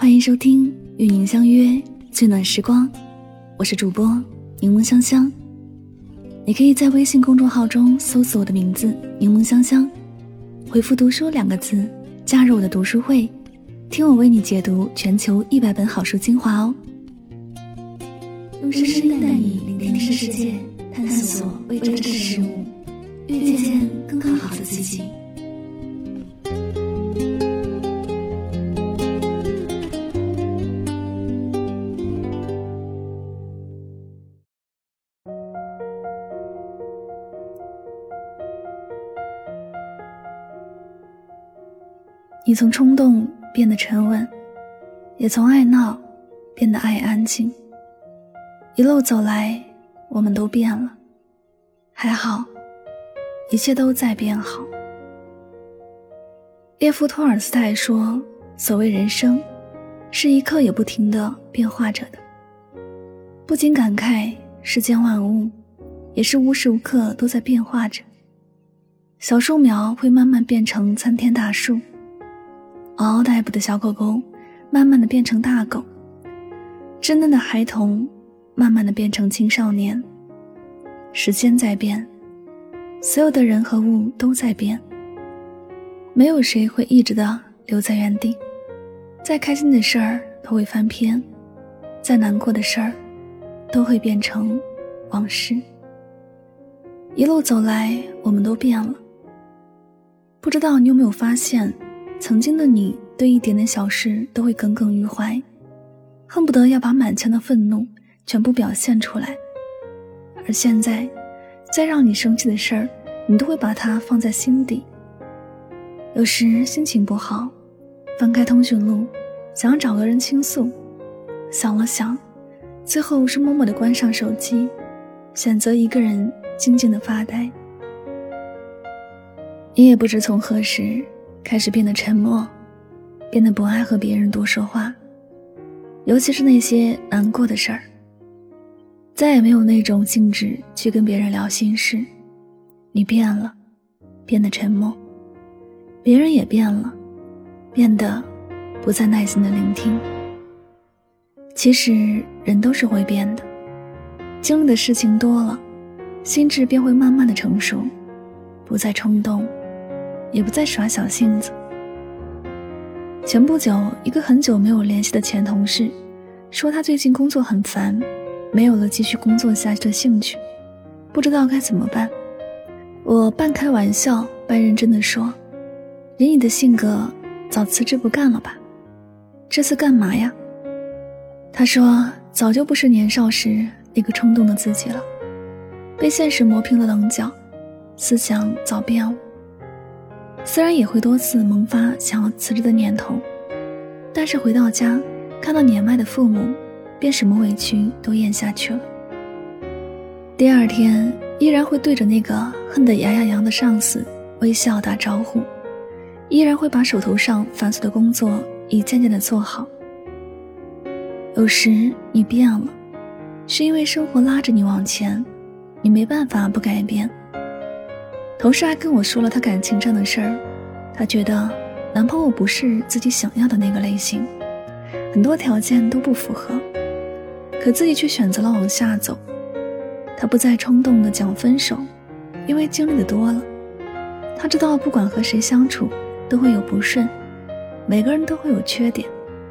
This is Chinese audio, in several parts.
欢迎收听与您相约最暖时光，我是主播柠檬香香。你可以在微信公众号中搜索我的名字柠檬香香，回复读书2个字，加入我的读书会，听我为你解读全球100本好书精华哦。用声音带你聆听世界，探索未知的事物，遇见更好的自己。你从冲动变得沉稳，也从爱闹变得爱安静。一路走来，我们都变了，还好，一切都在变好。列夫·托尔斯泰说，所谓人生，是一刻也不停地变化着的。不禁感慨世间万物，也是无时无刻都在变化着。小树苗会慢慢变成参天大树，嗷嗷待哺的小狗狗慢慢地变成大狗，稚嫩的孩童慢慢地变成青少年。时间在变，所有的人和物都在变，没有谁会一直地留在原地。再开心的事儿都会翻篇，再难过的事儿都会变成往事。一路走来，我们都变了。不知道你有没有发现，曾经的你对一点点小事都会耿耿于怀，恨不得要把满腔的愤怒全部表现出来。而现在，再让你生气的事儿，你都会把它放在心底。有时心情不好，翻开通讯录，想要找个人倾诉，想了想，最后是默默地关上手机，选择一个人静静地发呆。你也不知从何时开始变得沉默，变得不爱和别人多说话，尤其是那些难过的事儿，再也没有那种兴致去跟别人聊心事。你变了，变得沉默，别人也变了，变得不再耐心的聆听。其实人都是会变的，经历的事情多了，心智便会慢慢的成熟，不再冲动，也不再耍小性子。前不久，一个很久没有联系的前同事说，他最近工作很烦，没有了继续工作下去的兴趣，不知道该怎么办。我半开玩笑半认真地说，以你的性格，早辞职不干了吧？这次干嘛呀？他说，早就不是年少时那个冲动的自己了，被现实磨平了棱角，思想早变了。虽然也会多次萌发想要辞职的念头，但是回到家看到年迈的父母，便什么委屈都咽下去了。第二天依然会对着那个恨得牙痒痒的上司微笑打招呼，依然会把手头上繁琐的工作一件件地做好。有时你变了，是因为生活拉着你往前，你没办法不改变。同事还跟我说了他感情上的事儿，他觉得男朋友不是自己想要的那个类型，很多条件都不符合，可自己却选择了往下走。他不再冲动地讲分手，因为经历的多了，他知道不管和谁相处都会有不顺，每个人都会有缺点。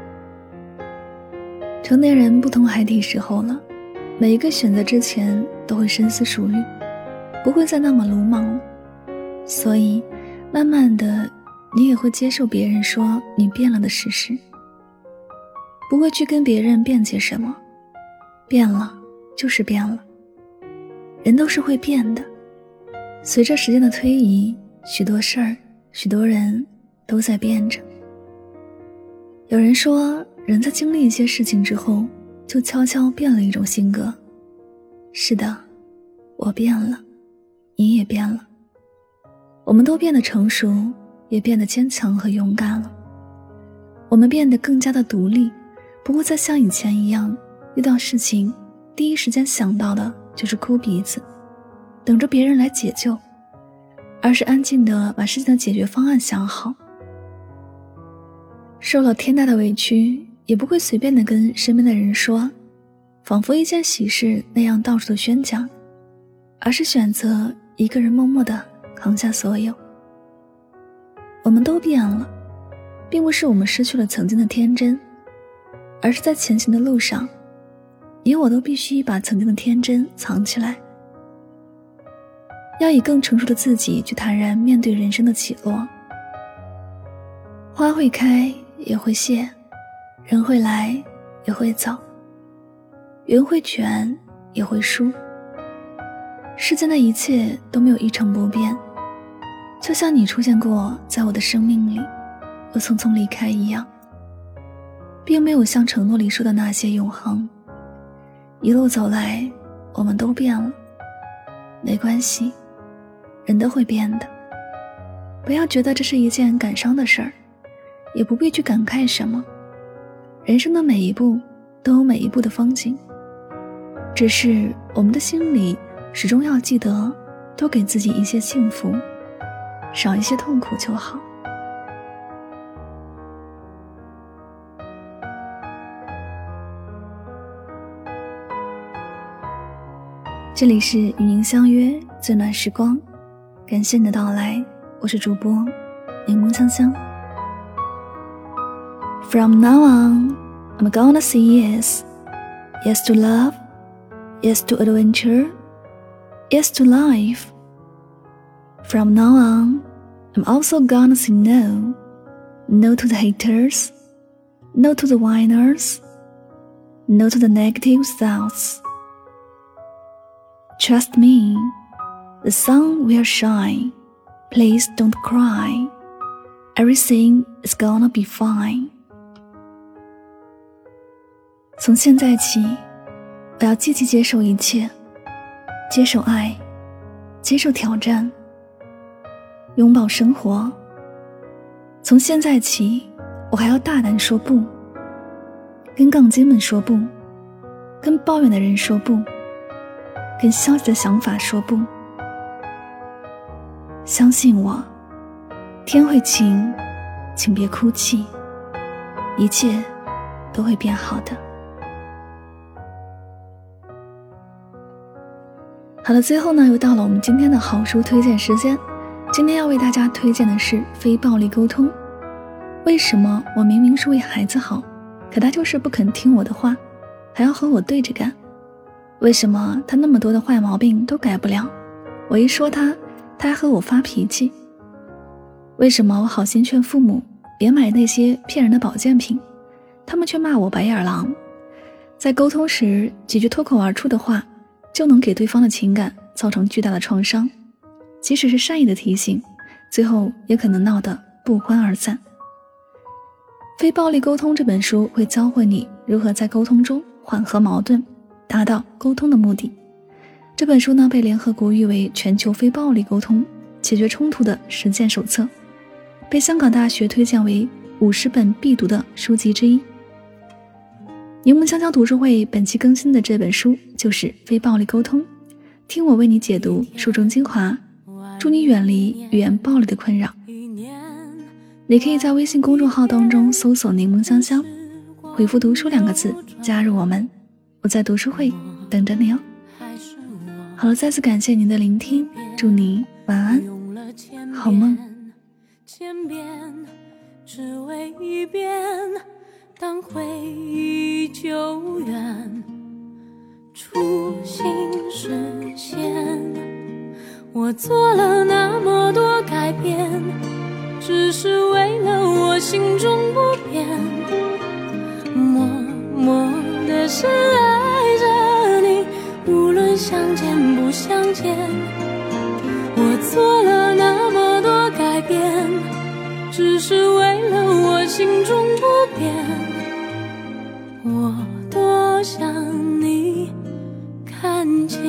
成年人不同海底时候了，每一个选择之前都会深思熟虑，不会再那么鲁莽了。所以慢慢的，你也会接受别人说你变了的事实，不会去跟别人辩解什么，变了就是变了。人都是会变的，随着时间的推移，许多事儿，许多人都在变着。有人说，人在经历一些事情之后，就悄悄变了一种性格。是的，我变了，你也变了。我们都变得成熟，也变得坚强和勇敢了。我们变得更加的独立，不会再像以前一样，遇到事情第一时间想到的就是哭鼻子，等着别人来解救，而是安静地把事情的解决方案想好。受了天大的委屈， 也不会随便的跟身边的人说，仿佛一件喜事那样到处的宣讲，而是选择一个人默默的扛下所有。我们都变了，并不是我们失去了曾经的天真，而是在前行的路上，你我都必须把曾经的天真藏起来，要以更成熟的自己去坦然面对人生的起落。花会开也会谢，人会来也会走，缘会全也会输。世间的一切都没有一成不变，就像你出现过在我的生命里，又匆匆离开一样，并没有像承诺里说的那些永恒。一路走来，我们都变了，没关系，人都会变的。不要觉得这是一件感伤的事儿，也不必去感慨什么。人生的每一步都有每一步的风景，只是我们的心里始终要记得，多给自己一些幸福，少一些痛苦就好。这里是与您相约最暖时光，感谢你的到来，我是主播柠檬香香。From now on, I'm gonna say yes. Yes to love, yes to adventure, yes to life. From now on, I'm also gonna say no. No to the haters, no to the whiners, no to the negative thoughts. Trust me, the sun will shine. Please don't cry. Everything is gonna be fine. 从现在起，我要积极接受一切，接受爱，接受挑战，拥抱生活。从现在起，我还要大胆说不，跟杠精们说不，跟抱怨的人说不，跟消极的想法说不。相信我，天会晴，请别哭泣，一切都会变好的。好了，最后呢，又到了我们今天的好书推荐时间。今天要为大家推荐的是非暴力沟通。为什么我明明是为孩子好，可他就是不肯听我的话，还要和我对着干？为什么他那么多的坏毛病都改不了，我一说他还和我发脾气？为什么我好心劝父母别买那些骗人的保健品，他们却骂我白眼狼？在沟通时，几句脱口而出的话就能给对方的情感造成巨大的创伤，即使是善意的提醒，最后也可能闹得不欢而散。非暴力沟通这本书会教会你如何在沟通中缓和矛盾，达到沟通的目的。这本书呢，被联合国誉为全球非暴力沟通解决冲突的实践手册，被香港大学推荐为50本必读的书籍之一。柠檬香香读书会本期更新的这本书就是非暴力沟通，听我为你解读书中精华，祝你远离语言暴力的困扰。你可以在微信公众号当中搜索柠檬香香，回复读书2个字加入我们，我在读书会等着你哦。好了，再次感谢您的聆听，祝你晚安好梦。 千遍只为一遍，当回忆久远，初心实现。我做了那么多改变，只是为了我心中不变，默默的深爱着你，无论相见不相见。我做了那么多改变，只是为了我心中不变，我多想你看见。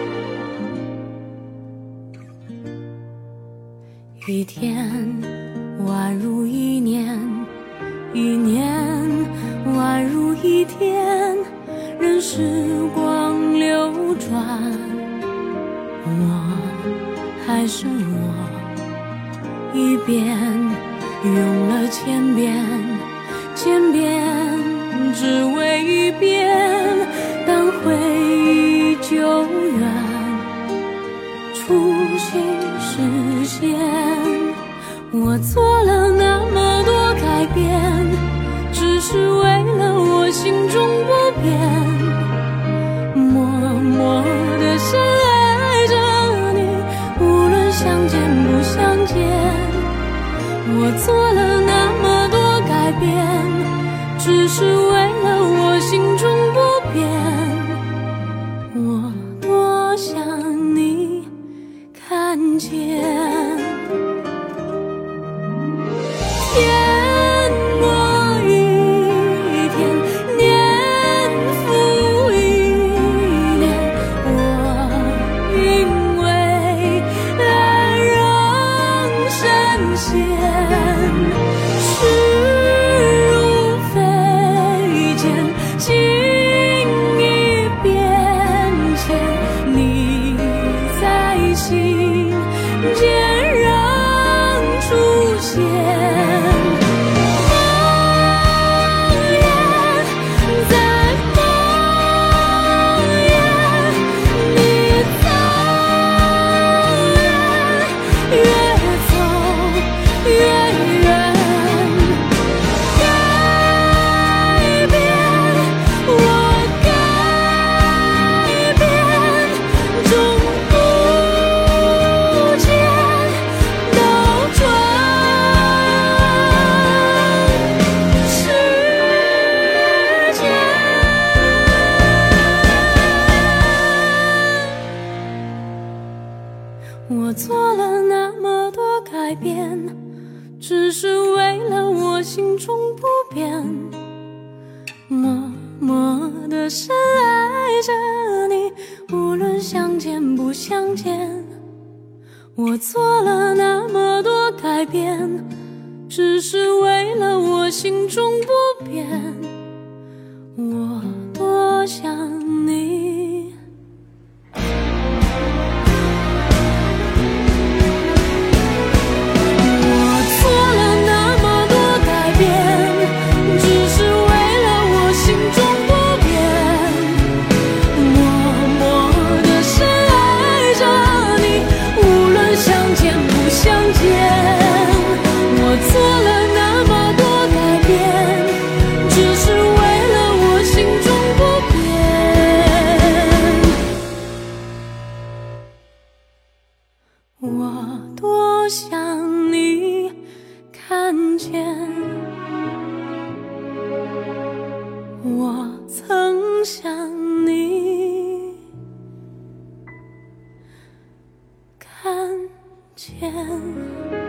一天宛如一年，一年宛如一天，任时光流转，我还是我，一遍用了千遍，千遍只为一遍，当回忆久远，初心实现。我做了那么多改变，只是为了我心中不变，默默地深爱着你，无论相见不相见。我做了那么多改变，只是为了我心中不变，我多想你看见。天过一天，年复一年，我因为爱仍深陷，事如飞剑，情已变迁，你在心间仍出现。我做了那么多改变，只是为了我心中不变，默默地深爱着你，无论相见不相见。我做了那么多改变，只是为了我心中不变，我多想你。我多想你看见，我曾想你看见。